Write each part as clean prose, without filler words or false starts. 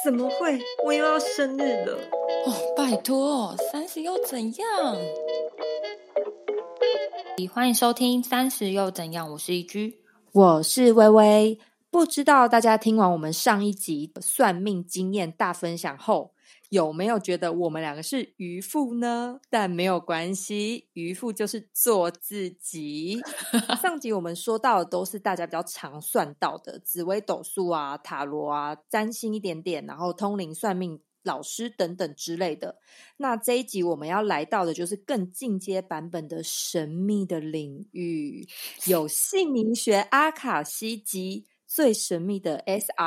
怎么会？我又要生日了！ 拜托，30又怎样？欢迎收听30又怎样，我是一居， 我是微微。不知道大家听完我们上一集算命经验大分享后，有没有觉得我们两个是渔夫呢？但没有关系，渔夫就是做自己。上集我们说到的都是大家比较常算到的紫微斗数啊、塔罗啊、占星一点点，然后通灵算命老师等等之类的。那这一集我们要来到的就是更进阶版本的神秘的领域，有姓名学阿卡西及最神秘的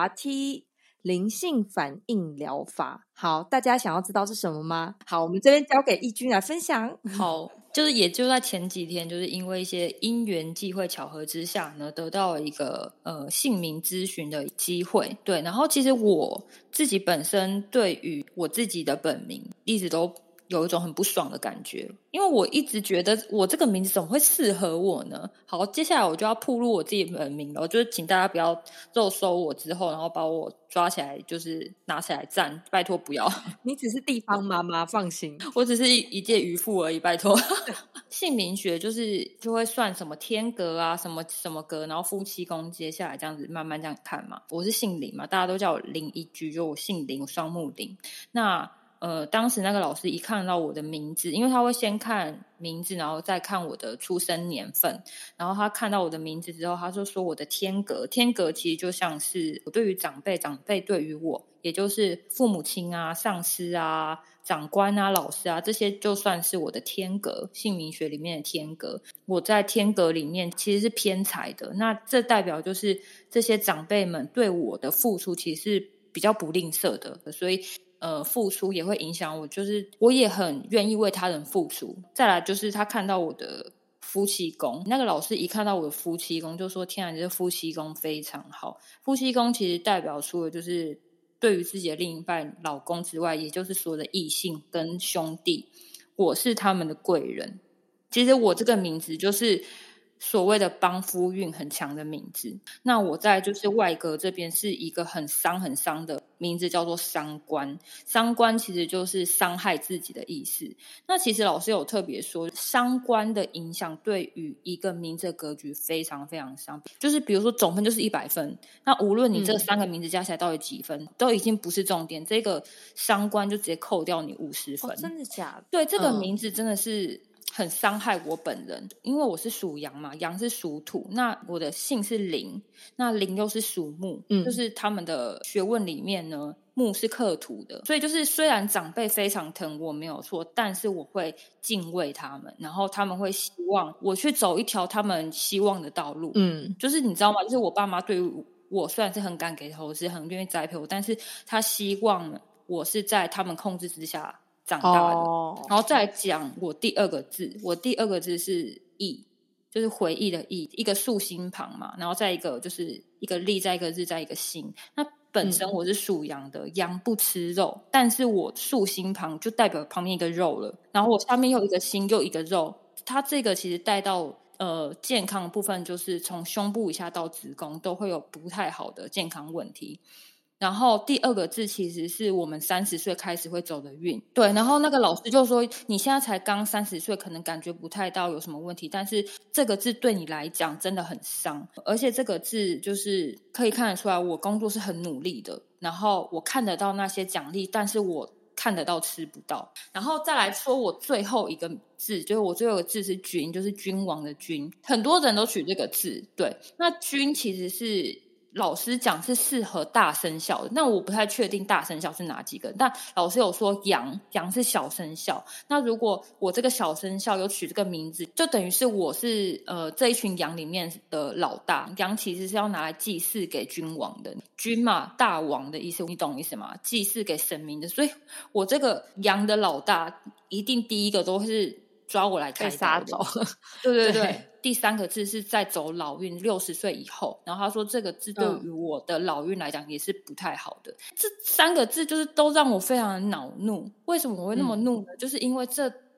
SRT 灵性反应疗法。好，大家想要知道是什么吗？好，我们这边交给义军来分享。 好，也就在前几天，就是因为一些因缘际会巧合之下呢，得到了一个姓名咨询的机会。对，然后其实我自己本身对于我自己的本名一直都有一种很不爽的感觉，因为我一直觉得我这个名字怎么会适合我呢？好，接下来我就要暴露我自己的本名了，我就是请大家不要肉搜我之后，然后把我抓起来，就是拿起来赞，拜托不要。 你只是地方妈妈，放心， 我只是一介渔夫而已，拜托。姓名学就会算什么天格啊，什么什么格，然后夫妻宫接下来这样子慢慢这样看嘛。我是姓林嘛，大家都叫我林一居，就我姓林，我双木林。那当时那个老师一看到我的名字，因为他会先看名字，然后再看我的出生年份，然后他看到我的名字之后，他就说我的天格其实就像是我对于长辈对于我，也就是父母亲啊、上司啊、长官啊、老师啊，这些就算是我的天格，姓名学里面的天格。我在天格里面其实是偏财的，那这代表就是这些长辈们对我的付出其实是比较不吝啬的，所以付出也会影响我，就是我也很愿意为他人付出。再来就是他看到我的夫妻宫，那个老师一看到我的夫妻宫就说天啊，你这夫妻宫非常好。夫妻宫其实代表出的就是对于自己的另一半老公之外，也就是所有的异性跟兄弟，我是他们的贵人。其实我这个名字就是所谓的帮夫运很强的名字。那我在就是外格这边是一个很伤的名字，叫做伤官。伤官其实就是伤害自己的意思。那其实老师有特别说，伤官的影响对于一个名字的格局非常非常伤，就是比如说总分就是100分，那无论你这3个名字加起来到底几分，都已经不是重点，这个伤官就直接扣掉你50分。 真的假的？ 对，这个名字真的是很伤害我本人，因为我是属羊嘛，羊是属土，那我的姓是林，那林又是属木，就是他们的学问里面呢，木是克土的，所以就是虽然长辈非常疼我没有错，但是我会敬畏他们，然后他们会希望我去走一条他们希望的道路。就是你知道吗？就是我爸妈对于我虽然是很敢给投资，很愿意栽培我，但是他希望我是在他们控制之下长大的。然后再讲我第二个字，我第二个字是忆，就是回忆的忆，一个竖心旁嘛，然后再一个就是一个立，再一个日，再一个心。那本身我是属羊的，羊不吃肉，但是我竖心旁就代表旁边一个肉了，然后我下面又一个心，又一个肉，它这个其实带到健康的部分，就是从胸部以下到子宫都会有不太好的健康问题。然后第二个字其实是我们30岁开始会走的运。对，然后那个老师就说你现在才刚30岁，可能感觉不太到有什么问题，但是这个字对你来讲真的很伤，而且这个字就是可以看得出来我工作是很努力的，然后我看得到那些奖励，但是我看得到吃不到。然后再来说我最后一个字，就是我最后一个字是君，就是君王的君，很多人都取这个字。对，那君其实是老师讲是适合大生肖的，那我不太确定大生肖是哪几个，但老师有说羊是小生肖。那如果我这个小生肖有取这个名字，就等于是我是这一群羊里面的老大。羊其实是要拿来祭祀给君王的，君嘛，大王的意思，你懂意思吗？祭祀给神明的，所以我这个羊的老大一定第一个都是抓我来开刀的。对对对。第3个字是在走老运，60岁以后。然后他说这个字对于我的老运来讲也是不太好的。这3个字就是都让我非常的恼怒。为什么我会那么怒呢？就是因为这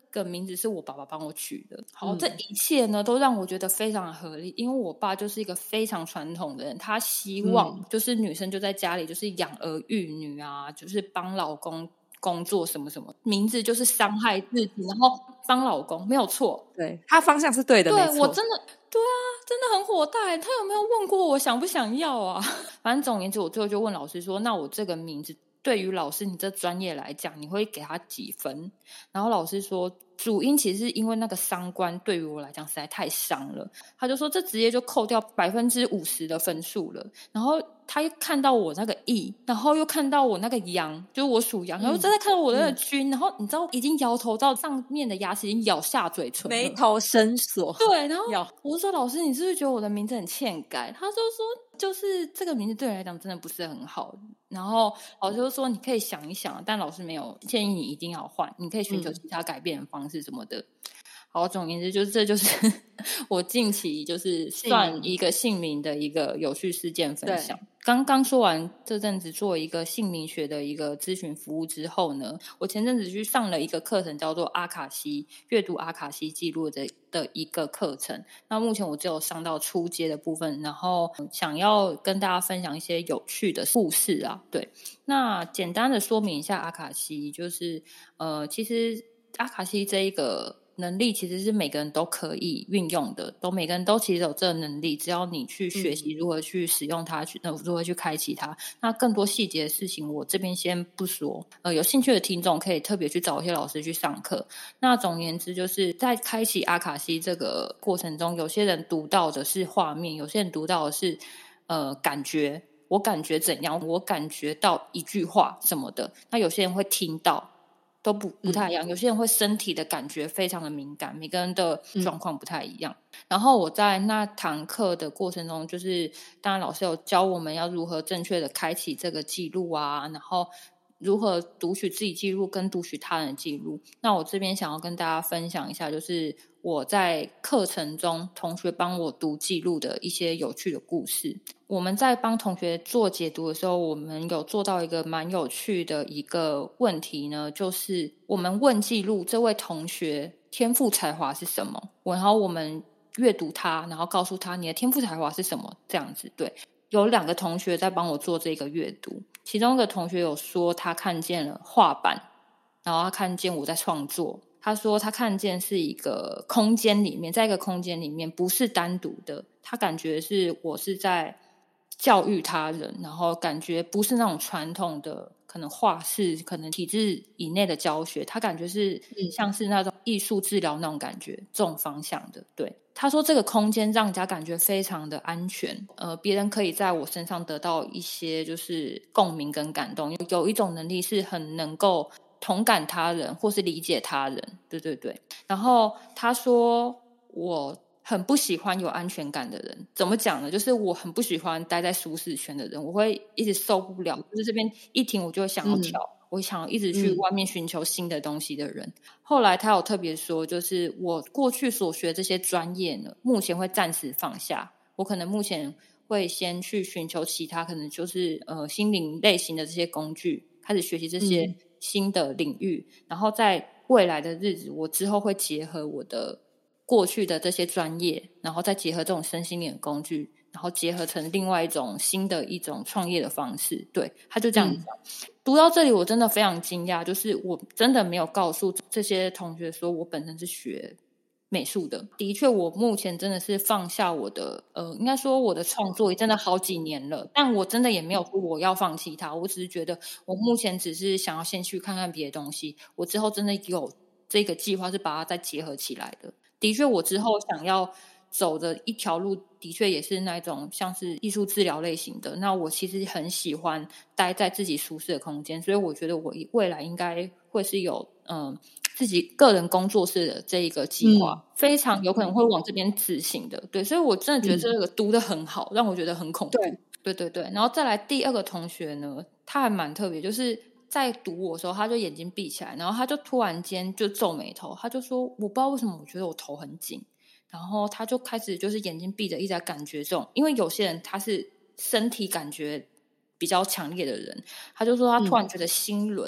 个名字是我爸爸帮我取的。好，这一切呢都让我觉得非常的合理，因为我爸就是一个非常传统的人，他希望就是女生就在家里就是养儿育女啊，就是帮老公工作什么什么，名字就是伤害自己，然后帮老公，没有错。 对，他方向是对的， 对， 没错。 我真的对啊，真的很火大耶。他有没有问过我想不想要啊？反正总而言之，我最后就问老师说，那我这个名字对于老师你这专业来讲，你会给他几分？然后老师说，主因其实是因为那个伤官对于我来讲实在太伤了，他就说这直接就扣掉50%的分数了。然后他又看到我那个乙，然后又看到我那个羊，就是我属羊，然后再看到我那个军，然后你知道已经摇头到上面的牙齿已经咬下嘴唇了， 眉头深锁。 对，然后我就说老师，你是不是觉得我的名字很欠改？他就说就是这个名字对你来讲真的不是很好。然后老师就说你可以想一想，但老师没有建议你一定要换，你可以寻求其他改变的方式什么的。好，总而言之，这就是我近期就是算一个姓名的一个有趣事件分享。刚刚说完这阵子做一个姓名学的一个咨询服务之后呢，我前阵子去上了一个课程，叫做阿卡西阅读阿卡西记录的一个课程。那目前我只有上到初阶的部分，然后想要跟大家分享一些有趣的故事啊。对，那简单的说明一下阿卡西，就是其实阿卡西这一个能力其实是每个人都可以运用的，每个人都其实有这个能力，只要你去学习如何去使用它，如何去开启它。那更多细节的事情我这边先不说，有兴趣的听众可以特别去找一些老师去上课。那总而言之，就是在开启阿卡西这个过程中，有些人读到的是画面，有些人读到的是感觉，我感觉怎样，我感觉到一句话什么的。那有些人会听到都不太一样，有些人会身体的感觉非常的敏感，每个人的状况不太一样。然后我在那堂课的过程中，就是当然老师有教我们要如何正确的开启这个记录啊，然后如何读取自己记录跟读取他人的记录。那我这边想要跟大家分享一下，就是我在课程中同学帮我读记录的一些有趣的故事。我们在帮同学做解读的时候，我们有做到一个蛮有趣的一个问题呢，就是我们问记录这位同学天赋才华是什么，然后我们阅读他，然后告诉他你的天赋才华是什么，这样子。对，有2个同学在帮我做这个阅读，其中一个同学有说他看见了画板，然后他看见我在创作，他说他看见是一个空间里面，在一个空间里面不是单独的，他感觉是我是在教育他人，然后感觉不是那种传统的可能画室，可能体制以内的教学，他感觉是像是那种艺术治疗那种感觉，这种方向的。对，他说这个空间让人家感觉非常的安全，别人可以在我身上得到一些就是共鸣跟感动，有一种能力是很能够同感他人或是理解他人。对对对。然后他说我很不喜欢有安全感的人，怎么讲呢？就是我很不喜欢待在舒适圈的人，我会一直受不了，就是这边一停我就会想要跳，我想要一直去外面寻求新的东西的人。后来他有特别说，就是我过去所学这些专业呢，目前会暂时放下，我可能目前会先去寻求其他可能就是心灵类型的这些工具，开始学习这些新的领域，然后在未来的日子，我之后会结合我的过去的这些专业，然后再结合这种身心灵的工具，然后结合成另外一种新的一种创业的方式。对，他就这样讲。读到这里我真的非常惊讶，就是我真的没有告诉这些同学说我本身是学美术的。的确我目前真的是放下我的应该说我的创作也真的好几年了，但我真的也没有说我要放弃它，我只是觉得我目前只是想要先去看看别的东西，我之后真的有这个计划是把它再结合起来的。的确我之后想要走的一条路的确也是那种像是艺术治疗类型的，那我其实很喜欢待在自己舒适的空间，所以我觉得我未来应该会是有自己个人工作室的这一个计划，非常有可能会往这边执行的。对，所以我真的觉得这个读得很好，让我觉得很恐怖。对对对。然后再来第2个同学呢，他还蛮特别，就是在读我的时候他就眼睛闭起来，然后他就突然间就皱眉头，他就说我不知道为什么我觉得我头很紧，然后他就开始就是眼睛闭着一直在感觉这种，因为有些人他是身体感觉比较强烈的人，他就说他突然觉得心轮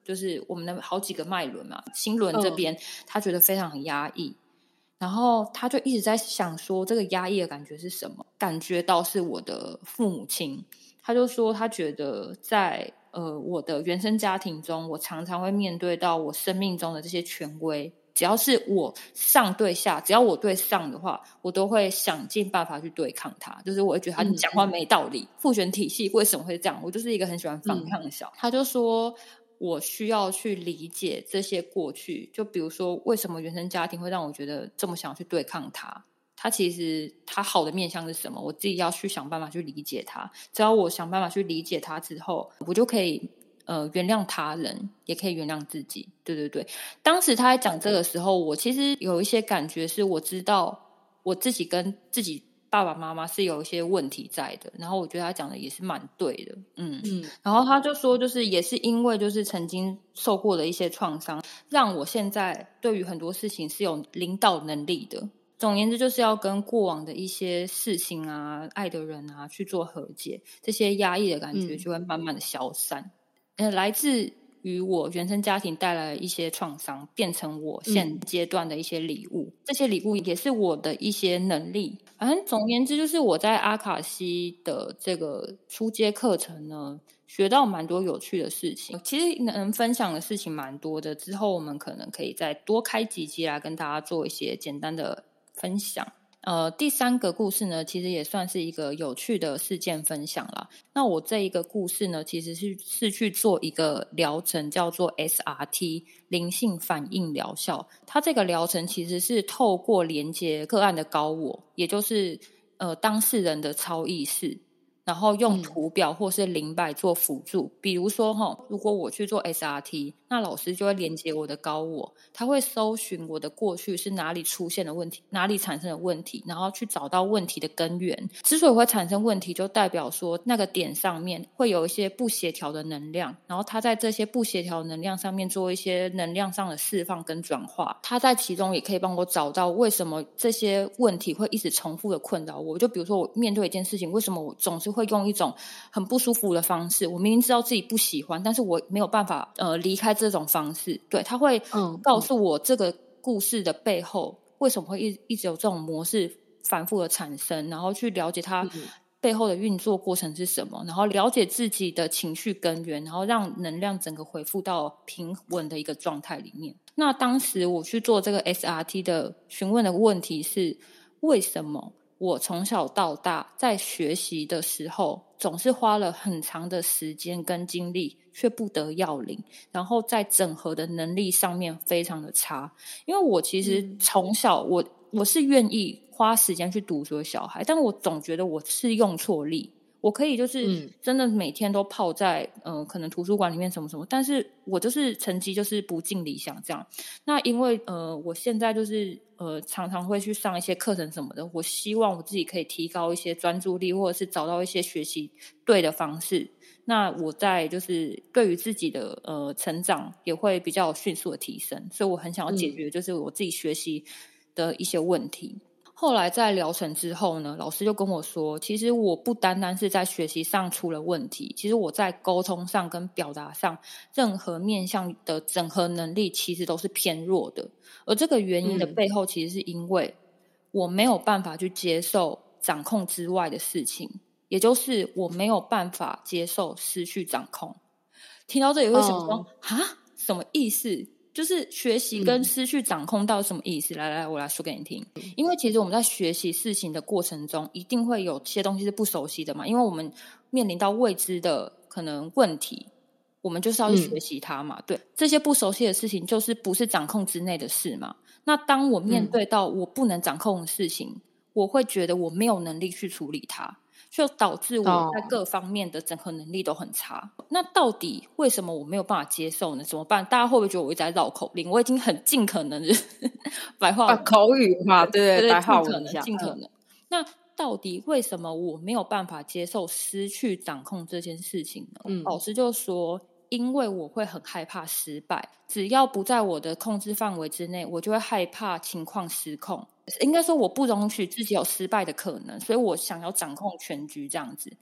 就是我们的好几个脉轮嘛，心轮这边他觉得非常很压抑，然后他就一直在想说这个压抑的感觉是什么，感觉到是我的父母亲，他就说他觉得在我的原生家庭中，我常常会面对到我生命中的这些权威，只要是我上对下，只要我对上的话，我都会想尽办法去对抗他，就是我会觉得他讲话没道理，父权体系为什么会这样，我就是一个很喜欢反抗的小孩。他就说我需要去理解这些过去，就比如说为什么原生家庭会让我觉得这么想去对抗他，他其实他好的面向是什么，我自己要去想办法去理解他，只要我想办法去理解他之后，我就可以原谅他人，也可以原谅自己。对对对，当时他在讲这个时候，我其实有一些感觉是我知道我自己跟自己爸爸妈妈是有一些问题在的，然后我觉得他讲的也是蛮对的。然后他就说就是也是因为就是曾经受过的一些创伤，让我现在对于很多事情是有领导能力的。总而言之，就是要跟过往的一些事情啊、爱的人啊去做和解，这些压抑的感觉就会慢慢的消散。来自于我原生家庭带来的一些创伤，变成我现阶段的一些礼物。这些礼物也是我的一些能力。反正总而言之，就是我在阿卡西的这个初阶课程呢，学到蛮多有趣的事情。其实能分享的事情蛮多的，之后我们可能可以再多开几集来跟大家做一些简单的分享。第三个故事呢，其实也算是一个有趣的事件分享啦。那我这一个故事呢，其实是去做一个疗程，叫做 SRT 灵性反应疗效。它这个疗程其实是透过连接个案的高我，也就是当事人的超意识，然后用图表或是灵摆做辅助。比如说如果我去做 SRT， 那老师就会连接我的高我，他会搜寻我的过去是哪里出现的问题，哪里产生的问题，然后去找到问题的根源。之所以会产生问题，就代表说那个点上面会有一些不协调的能量，然后他在这些不协调能量上面做一些能量上的释放跟转化。他在其中也可以帮我找到为什么这些问题会一直重复的困扰我。就比如说我面对一件事情，为什么我总是会用一种很不舒服的方式，我明明知道自己不喜欢，但是我没有办法离开这种方式。对，他会告诉我这个故事的背后为什么会一直有这种模式反复的产生，然后去了解它背后的运作过程是什么，然后了解自己的情绪根源，然后让能量整个恢复到平稳的一个状态里面。那当时我去做这个 SRT 的询问的问题是，为什么我从小到大在学习的时候总是花了很长的时间跟精力却不得要领，然后在整合的能力上面非常的差。因为我其实从小我是愿意花时间去读书的小孩，但我总觉得我是用错力。我可以就是真的每天都泡在可能图书馆里面什么什么，但是我就是成绩就是不尽理想这样。那因为我现在就是常常会去上一些课程什么的，我希望我自己可以提高一些专注力，或者是找到一些学习对的方式。那我在就是对于自己的成长也会比较迅速的提升，所以我很想要解决就是我自己学习的一些问题。后来在疗程之后呢，老师就跟我说，其实我不单单是在学习上出了问题，其实我在沟通上跟表达上任何面向的整合能力其实都是偏弱的。而这个原因的背后其实是因为我没有办法去接受掌控之外的事情，也就是我没有办法接受失去掌控。听到这里会想说什么意思？就是学习跟失去掌控到底什么意思？来，我来说给你听。因为其实我们在学习事情的过程中，一定会有些东西是不熟悉的嘛，因为我们面临到未知的可能问题，我们就是要去学习它嘛。对，这些不熟悉的事情就是不是掌控之内的事嘛。那当我面对到我不能掌控的事情，我会觉得我没有能力去处理它，就导致我在各方面的整合能力都很差。那到底为什么我没有办法接受呢？怎么办？大家会不会觉得我一直在绕口令？我已经很尽可能的白话口语嘛，对，白话文一下， 尽可能。那到底为什么我没有办法接受失去掌控这件事情呢？老师就说，因为我会很害怕失败，只要不在我的控制范围之内，我就会害怕情况失控。应该说我不容许自己有失败的可能，所以我想要掌控全局这样子。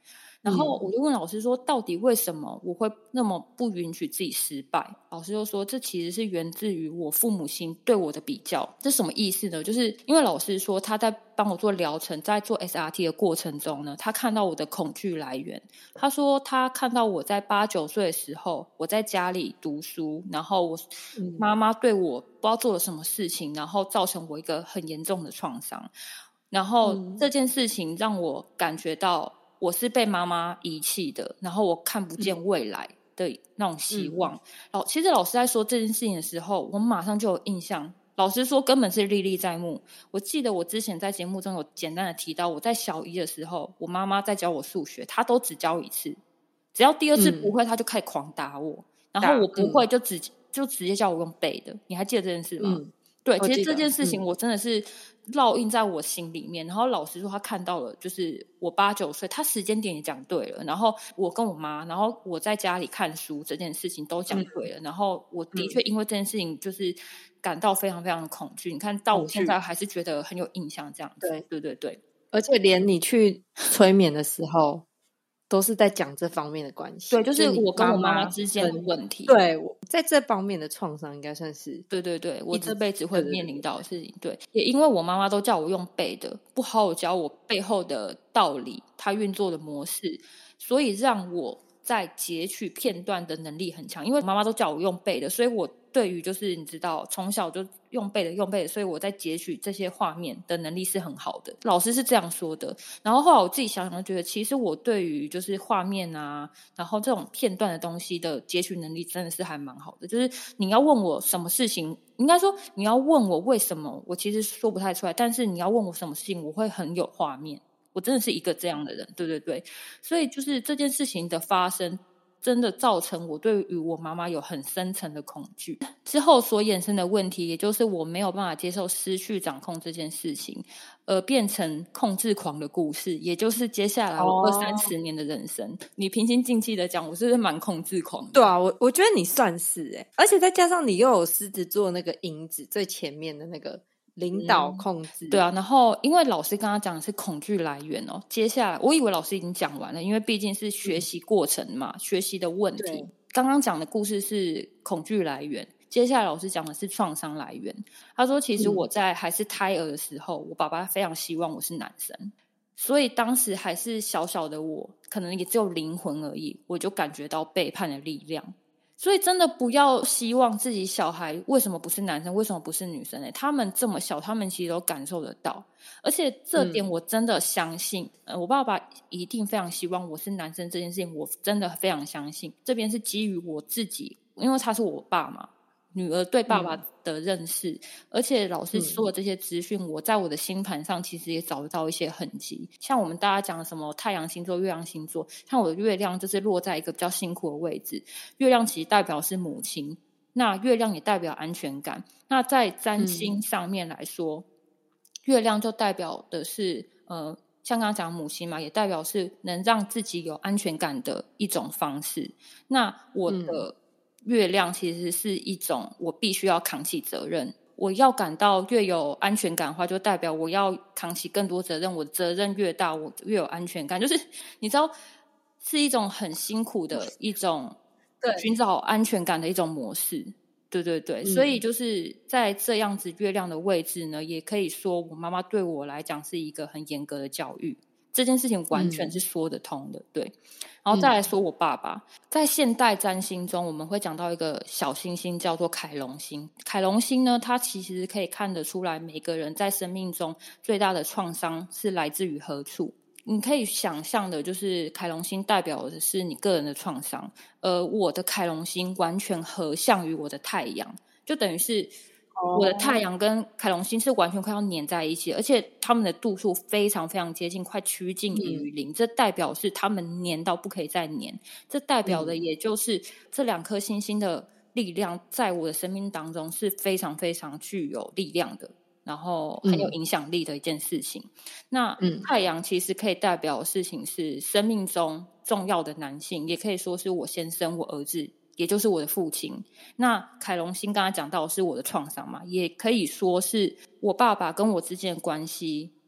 然后我就问老师说，到底为什么我会那么不允许自己失败？老师就说，这其实是源自于我父母亲对我的比较。这什么意思呢？就是因为老师说他在帮我做疗程，在做 SRT 的过程中呢，他看到我的恐惧来源。他说他看到我在8、9岁的时候，我在家里读书，然后我妈妈对我不知道做了什么事情，然后造成我一个很严重的创伤。然后这件事情让我感觉到我是被妈妈遗弃的，然后我看不见未来的那种希望。其实老师在说这件事情的时候，我马上就有印象。老师说根本是历历在目。我记得我之前在节目中有简单的提到，我在小1的时候，我妈妈在教我数学，她都只教1次，只要第2次不会，她就开始狂打我，然后我不会就直接叫我用背的。你还记得这件事吗？对，其实这件事情我真的是烙印在我心里面。然后老师说他看到了，就是我8、9岁，他时间点也讲对了。然后我跟我妈，然后我在家里看书这件事情都讲对了。然后我的确因为这件事情就是感到非常非常的恐惧。你看到我现在还是觉得很有印象这样子。对对对， 而且连你去催眠的时候都是在讲这方面的关系。 对，就是我跟我妈妈之间的问题。 对，在这方面的创伤应该算是对对对，我这辈子会面临到的事情。对，也因为我妈妈都叫我用背的，不好好教我背后的道理，它运作的模式，所以让我在截取片段的能力很强。因为我妈妈都叫我用背的，所以我对于就是你知道从小就用背的，所以我在截取这些画面的能力是很好的。老师是这样说的。然后后来我自己想想觉得，其实我对于就是画面啊，然后这种片段的东西的截取能力真的是还蛮好的。就是你要问我什么事情，应该说你要问我为什么，我其实说不太出来，但是你要问我什么事情，我会很有画面。我真的是一个这样的人。对对对，所以就是这件事情的发生真的造成我对于我妈妈有很深层的恐惧，之后所衍生的问题，也就是我没有办法接受失去掌控这件事情，而变成控制狂的故事，也就是接下来我20-30年的人生。你平心静气的讲，我是不是蛮控制狂的？ 对啊，我觉得你算是而且再加上你又有狮子座那个影子最前面的那个领导控制。 对啊，然后因为老师刚刚讲的是恐惧来源哦，接下来我以为老师已经讲完了，因为毕竟是学习过程嘛，学习的问题。刚刚讲的故事是恐惧来源，接下来老师讲的是创伤来源。他说其实我在还是胎儿的时候，我爸爸非常希望我是男生，所以当时还是小小的我，可能也只有灵魂而已，我就感觉到背叛的力量。所以真的不要希望自己小孩为什么不是男生，为什么不是女生他们这么小，他们其实都感受得到。而且这点我真的相信我爸爸一定非常希望我是男生这件事情，我真的非常相信。这边是基于我自己，因为他是我爸嘛，女儿对爸爸的认识，而且老师说的这些资讯，我在我的星盘上其实也找得到一些痕迹。像我们大家讲的什么太阳星座、月亮星座，像我的月亮就是落在一个比较辛苦的位置，月亮其实代表是母亲，那月亮也代表安全感。那在占星上面来说，月亮就代表的是像刚刚讲母亲嘛，也代表是能让自己有安全感的一种方式。那我的月亮其实是一种我必须要扛起责任，我要感到越有安全感的话，就代表我要扛起更多责任，我责任越大我越有安全感。就是你知道是一种很辛苦的一种寻找安全感的一种模式。对对对，所以就是在这样子月亮的位置呢，也可以说我妈妈对我来讲是一个很严格的教育，这件事情完全是说得通的。对，然后再来说我爸爸，在现代占星中我们会讲到一个小星星叫做凯龙星。凯龙星呢，它其实可以看得出来每个人在生命中最大的创伤是来自于何处。你可以想象的就是凯龙星代表的是你个人的创伤，我的凯龙星完全合相于我的太阳，就等于是我的太阳跟凯龙星是完全快要黏在一起，而且他们的度数非常非常接近，快趋近于零。这代表是他们黏到不可以再黏，这代表的也就是这2颗星星的力量在我的生命当中是非常非常具有力量的，然后很有影响力的一件事情。那太阳其实可以代表的事情是生命中重要的男性，也可以说是我先生、我儿子，也就是我的父亲。那凯龙星刚才讲到的是我的创伤嘛，也可以说是我爸爸跟我之间的关系，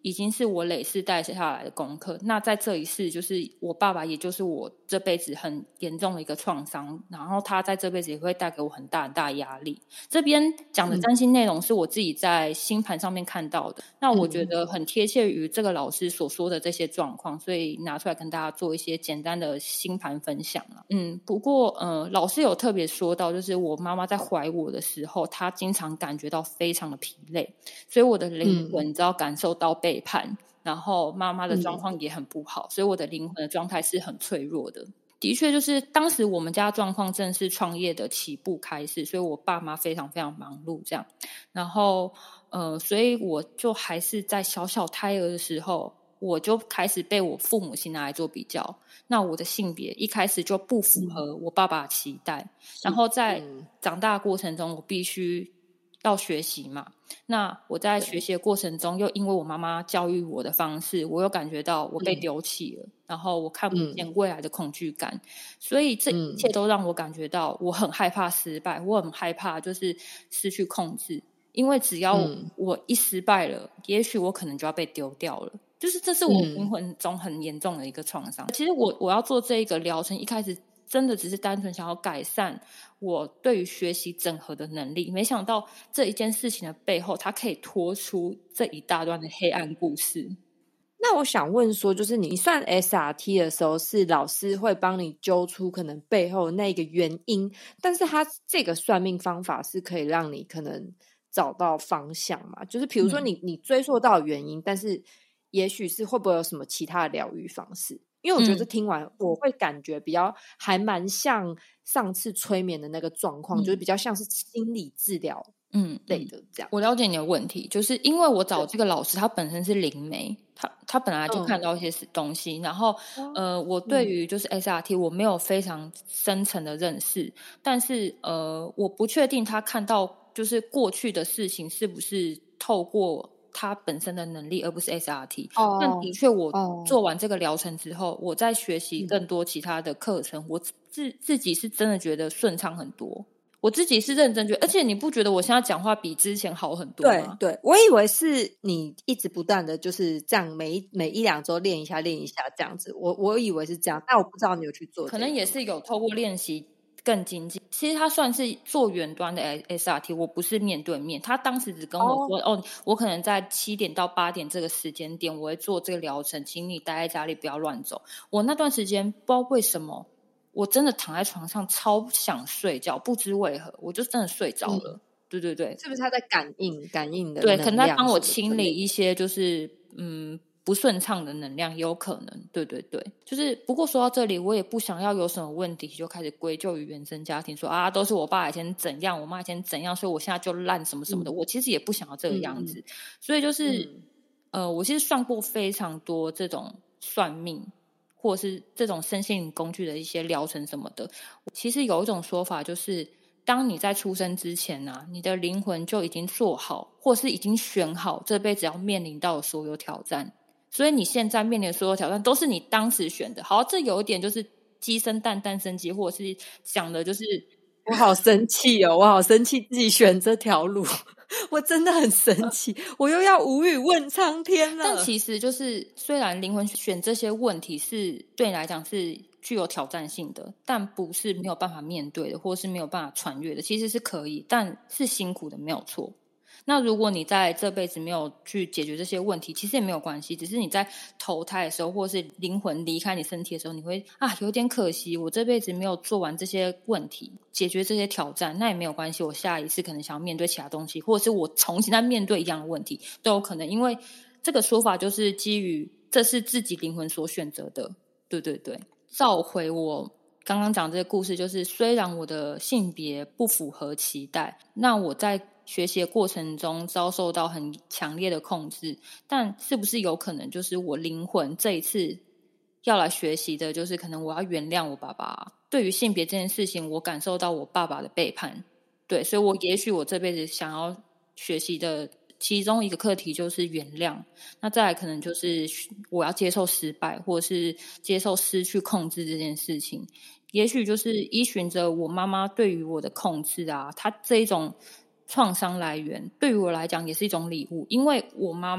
已经是我累世带下来的功课。那在这一世，就是我爸爸，也就是我这辈子很严重的一个创伤，然后他在这辈子也会带给我很大很大的压力。这边讲的占星内容是我自己在星盘上面看到的，那我觉得很贴切于这个老师所说的这些状况，所以拿出来跟大家做一些简单的星盘分享了。不过老师有特别说到，就是我妈妈在怀我的时候，她经常感觉到非常的疲累，所以我的灵魂只要感受到背叛，然后妈妈的状况也很不好，所以我的灵魂的状态是很脆弱的。的确，就是当时我们家状况正是创业的起步开始，所以我爸妈非常非常忙碌这样。然后所以我就还是在小小胎儿的时候，我就开始被我父母亲拿来做比较。那我的性别一开始就不符合我爸爸的期待，然后在长大的过程中，我必须要学习嘛。那我在学习的过程中，又因为我妈妈教育我的方式，我又感觉到我被丢弃了，然后我看不见未来的恐惧感，所以这一切都让我感觉到我很害怕失败，我很害怕就是失去控制，因为只要我一失败了，也许我可能就要被丢掉了。就是这是我灵魂中很严重的一个创伤。其实我要做这一个疗程，一开始真的只是单纯想要改善我对于学习整合的能力，没想到这一件事情的背后，它可以拖出这一大段的黑暗故事。 那我想问说，就是你算 SRT 的时候，是老师会帮你揪出可能背后那个原因，但是他这个算命方法是可以让你可能找到方向嘛？就是比如说你追溯到原因，但是也许是会不会有什么其他的疗愈方式？因为我觉得听完我会感觉比较还蛮像上次催眠的那个状况，就是比较像是心理治疗类的这样。 我了解你的问题，就是因为我找这个老师，他本身是灵媒，他本来就看到一些东西，然后我对于就是 SRT 我没有非常深层的认识，但是我不确定他看到就是过去的事情是不是透过他本身的能力，而不是 SRT。但的确，我做完这个疗程之后，我在学习更多其他的课程，我自己是真的觉得顺畅很多。我自己是认真觉得，而且你不觉得我现在讲话比之前好很多吗？ 对，我以为是你一直不断的就是这样每一两周练一下这样子，我以为是这样，但我不知道你有去做， 可能也是有透过练习更精进。其实他算是做远端的 SRT， 我不是面对面。他当时只跟我说，我可能在7点到8点这个时间点，我会做这个疗程，请你待在家里不要乱走。我那段时间不知道为什么，我真的躺在床上超想睡觉，不知为何，我就真的睡着了。对， 是不是他在感应的？ 对，可能在帮我清理一些就是不顺畅的能量，也有可能。对，就是不过说到这里，我也不想要有什么问题就开始归咎于原生家庭，说都是我爸以前怎样，我妈以前怎样，所以我现在就烂什么什么的。我其实也不想要这个样子，所以就是我其实算过非常多这种算命或者是这种身心灵工具的一些疗程什么的。其实有一种说法就是，当你在出生之前你的灵魂就已经做好，或是已经选好这辈子要面临到的所有挑战，所以你现在面临的所有挑战都是你当时选的。好，这有一点就是鸡生蛋，蛋生鸡，或者是讲的就是我好生气哦，我好生气自己选这条路。我真的很生气，我又要无语问苍天了。 但其实就是虽然灵魂选这些问题是对你来讲是具有挑战性的，但不是没有办法面对的，或是没有办法穿越的，其实是可以，但是辛苦的，没有错。那如果你在这辈子没有去解决这些问题，其实也没有关系，只是你在投胎的时候，或是灵魂离开你身体的时候，你会有点可惜，我这辈子没有做完这些问题，解决这些挑战，那也没有关系，我下一次可能想要面对其他东西，或者是我重新再面对一样的问题都有可能，因为这个说法就是基于这是自己灵魂所选择的。对，召回我刚刚讲这个故事，就是虽然我的性别不符合期待，那我在学习的过程中遭受到很强烈的控制，但是不是有可能就是我灵魂这一次要来学习的，就是可能我要原谅我爸爸。对于性别这件事情，我感受到我爸爸的背叛，对，所以我也许我这辈子想要学习的其中一个课题就是原谅，那再来可能就是我要接受失败，或者是接受失去控制这件事情。也许就是依循着我妈妈对于我的控制她这一种创伤来源对于我来讲也是一种礼物，因为我妈妈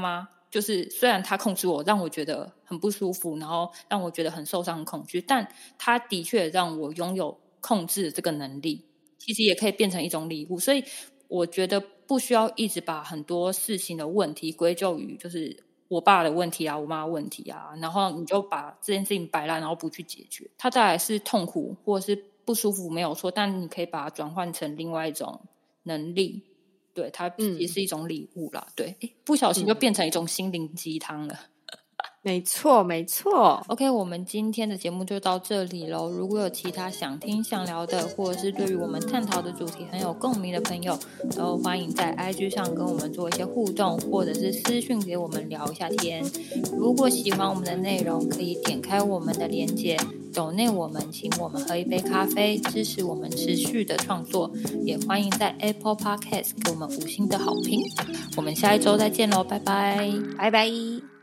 就是虽然他控制我，让我觉得很不舒服，然后让我觉得很受伤很恐惧，但他的确让我拥有控制的这个能力，其实也可以变成一种礼物。所以我觉得不需要一直把很多事情的问题归咎于就是我爸的问题啊，我妈的问题啊，然后你就把这件事情摆烂，然后不去解决。它带来是痛苦或者是不舒服没有错，但你可以把它转换成另外一种能力，对，它也是一种礼物啦。对，不小心就变成一种心灵鸡汤了。 没错没错。 OK， 我们今天的节目就到这里咯。如果有其他想听想聊的，或者是对于我们探讨的主题很有共鸣的朋友，都欢迎在 IG 上跟我们做一些互动，或者是私讯给我们聊一下天。如果喜欢我们的内容，可以点开我们的连结donate我们，请我们喝一杯咖啡，支持我们持续的创作。也欢迎在 Apple Podcast 给我们5星的好评。我们下一周再见咯，拜拜， 拜拜。